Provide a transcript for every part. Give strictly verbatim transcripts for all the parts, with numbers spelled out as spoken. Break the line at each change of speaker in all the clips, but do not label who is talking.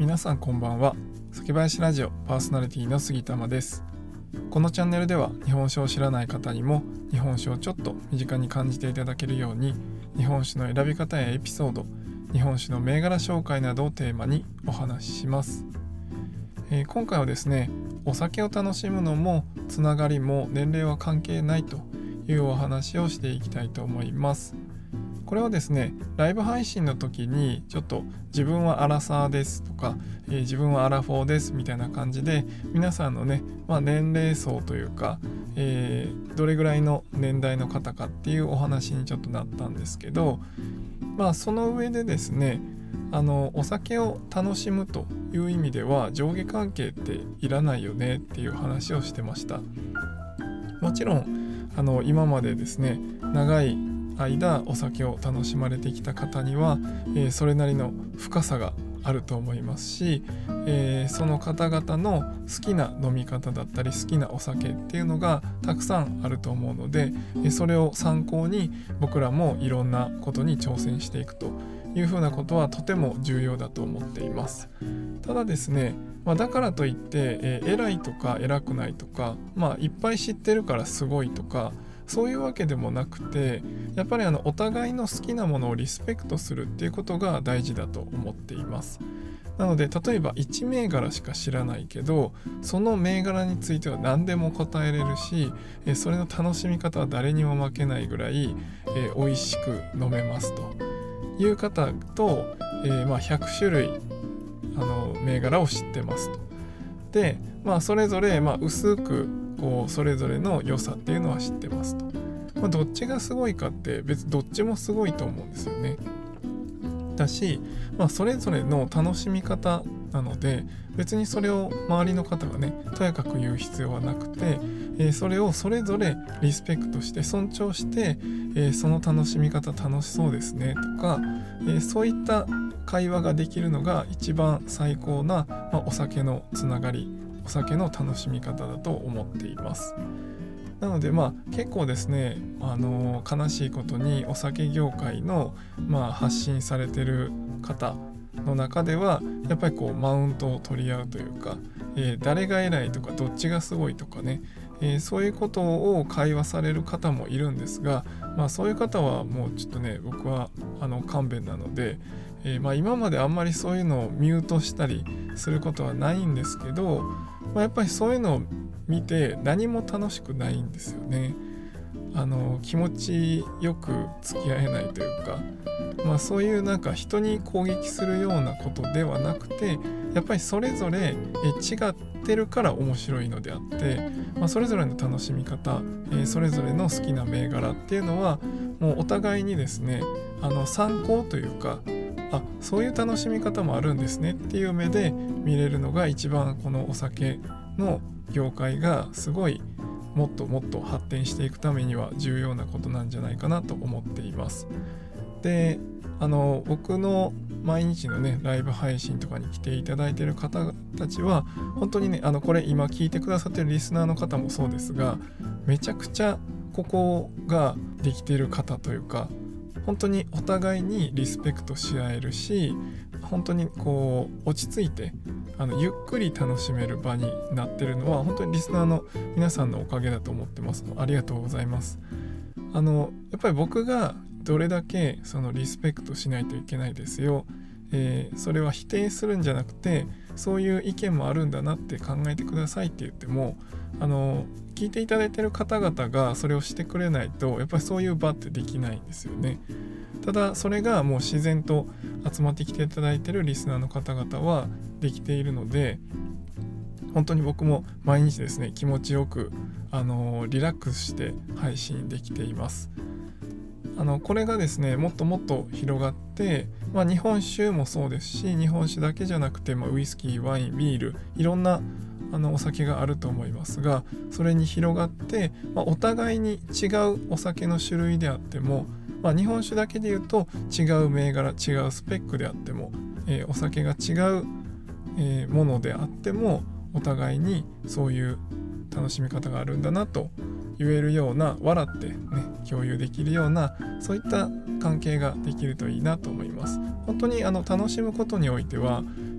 皆さんこんばんは。酒林ラジオパーソナリティの杉玉です。このチャンネルでは日本酒を知らない方にも日本酒をちょっと身近に感じていただけるように、日本酒の選び方やエピソード、日本酒の銘柄紹介などをテーマにお話しします。えー、今回はですね、お酒を楽しむのもつながりも年齢は関係ないというお話をしていきたいと思います。これはですね、ライブ配信の時にちょっと自分はアラサーですとか、えー、自分はアラフォーですみたいな感じで皆さんのね、まあ、年齢層というか、えー、どれぐらいの年代の方かっていうお話にちょっとなったんですけど、まあその上でですね、あのお酒を楽しむという意味では上下関係っていらないよねっていう話をしてました。もちろんあの今までですね、長い間お酒を楽しまれてきた方には、えー、それなりの深さがあると思いますし、えー、その方々の好きな飲み方だったり好きなお酒っていうのがたくさんあると思うので、えー、それを参考に僕らもいろんなことに挑戦していくというふうなことはとても重要だと思っています。ただですね、まあ、だからといって、えー、偉いとか偉くないとか、まあ、いっぱい知ってるからすごいとかそういうわけでもなくて、やっぱりあのお互いの好きなものをリスペクトするっていうことが大事だと思っています。なので例えばいち銘柄しか知らないけど、その銘柄については何でも答えれるし、それの楽しみ方は誰にも負けないぐらい美味しく飲めますという方と、えー、まあひゃく種類あの銘柄を知ってますと。で、まあそれぞれまあ薄くこうそれぞれの良さっていうのは知ってますと。まあ、どっちがすごいかって別にどっちもすごいと思うんですよね。だし、まあ、それぞれの楽しみ方なので別にそれを周りの方がねとやかく言う必要はなくて、えー、それをそれぞれリスペクトして尊重して、えー、その楽しみ方楽しそうですねとか、えー、そういった会話ができるのが一番最高な、まあ、お酒のつながり、お酒の楽しみ方だと思っています。なのでまあ結構ですね、あのー、悲しいことにお酒業界の、まあ、発信されてる方の中ではやっぱりこうマウントを取り合うというか、えー、誰が偉いとかどっちがすごいとかね、えー、そういうことを会話される方もいるんですが、まあそういう方はもうちょっとね僕はあの勘弁なので、えー、まあ今まであんまりそういうのをミュートしたりすることはないんですけど、まあ、やっぱりそういうのを見て何も楽しくないんですよね。あの気持ちよく付き合えないというか、まあそういうなんか人に攻撃するようなことではなくて、やっぱりそれぞれ違ってるから面白いのであって、まあ、それぞれの楽しみ方、えー、それぞれの好きな銘柄っていうのはもうお互いにですね、あの参考というか、あ、そういう楽しみ方もあるんですねっていう目で見れるのが一番このお酒の業界がすごいもっともっと発展していくためには重要なことなんじゃないかなと思っています。で、あの僕の毎日のねライブ配信とかに来ていただいている方たちは本当にね、あのこれ今聞いてくださっているリスナーの方もそうですが、めちゃくちゃここができている方というか、本当にお互いにリスペクトし合えるし、本当にこう落ち着いてあのゆっくり楽しめる場になってるのは本当にリスナーの皆さんのおかげだと思ってます。ありがとうございます。あのやっぱり僕がどれだけそのリスペクトしないといけないですよ、えー、それは否定するんじゃなくてそういう意見もあるんだなって考えてくださいって言っても、あの聞いていただいている方々がそれをしてくれないとやっぱりそういう場ってできないんですよね。ただそれがもう自然と集まってきていただいているリスナーの方々はできているので、本当に僕も毎日ですね気持ちよく、あのリラックスして配信できています。あのこれがですねもっともっと広がって、まあ、日本酒もそうですし日本酒だけじゃなくて、まあ、ウイスキー、ワイン、ビール、いろんなあのお酒があると思いますが、それに広がって、まあ、お互いに違うお酒の種類であっても、まあ、日本酒だけで言うと違う銘柄、違うスペックであっても、えー、お酒が違う、えー、ものであってもお互いにそういう楽しみ方があるんだなと言えるような、笑ってね共有できるようなそういった関係ができるといいなと思います。本当にあの楽しむことにおいては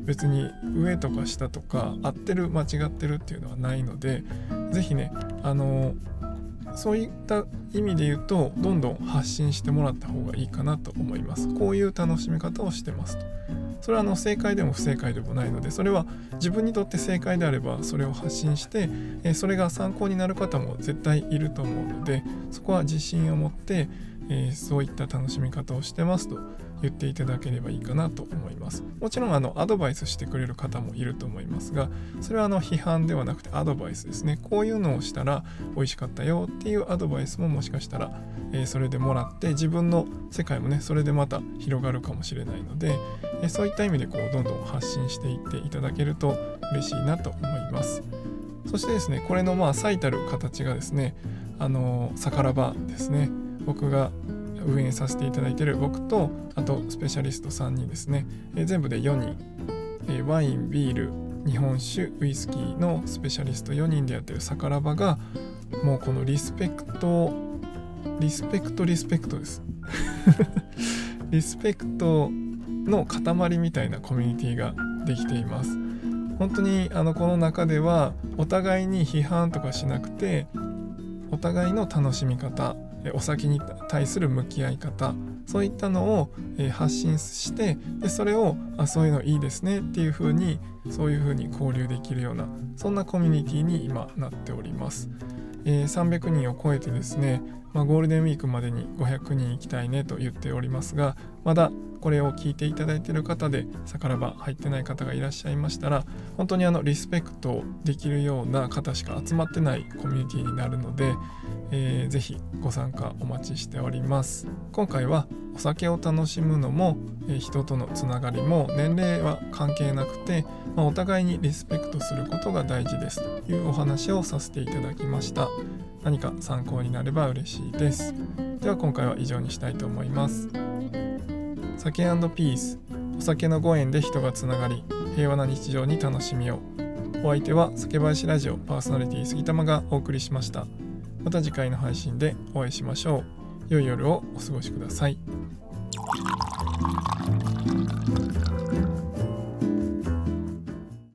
別に上とか下とか合ってる間違ってるっていうのはないので、ぜひねあのそういった意味で言うとどんどん発信してもらった方がいいかなと思います。こういう楽しみ方をしてますと。それはあの正解でも不正解でもないので、それは自分にとって正解であればそれを発信して、えそれが参考になる方も絶対いると思うので、そこは自信を持って、えー、そういった楽しみ方をしてますと言っていただければいいかなと思います。もちろんあのアドバイスしてくれる方もいると思いますが、それはあの批判ではなくてアドバイスですね。こういうのをしたら美味しかったよっていうアドバイスももしかしたら、えー、それでもらって、自分の世界もねそれでまた広がるかもしれないので、えー、そういった意味でこうどんどん発信していっていただけると嬉しいなと思います。そしてですね、これのまあ最たる形がですね、あのー、さからばですね。僕が運営させていただいている僕と、あとスペシャリストさんにんですね、えー、全部でよにん、えー、ワイン、ビール、日本酒、ウイスキーのスペシャリストよにんでやってるさからばが、もうこのリスペクトリスペクトリスペクトですリスペクトの塊みたいなコミュニティができています。本当にあのこの中ではお互いに批判とかしなくて、お互いの楽しみ方、お酒に対する向き合い方、そういったのを発信して、でそれをあそういうのいいですねっていう風に、そういう風に交流できるような、そんなコミュニティに今なっております。えー、さんびゃくにんを超えてですね、まあ、ゴールデンウィークまでにごひゃくにん行きたいねと言っておりますが、まだこれを聞いていただいている方でさからば入ってない方がいらっしゃいましたら、本当にあのリスペクトできるような方しか集まってないコミュニティになるので、えー、ぜひご参加お待ちしております。今回はお酒を楽しむのも、えー、人とのつながりも年齢は関係なくて、まあ、お互いにリスペクトすることが大事ですというお話をさせていただきました。何か参考になれば嬉しいです。では今回は以上にしたいと思います。酒&ピース、お酒のご縁で人がつながり、平和な日常に楽しみを。お相手は酒林ラジオパーソナリティ杉玉がお送りしました。また次回の配信でお会いしましょう。良い夜をお過ごしください。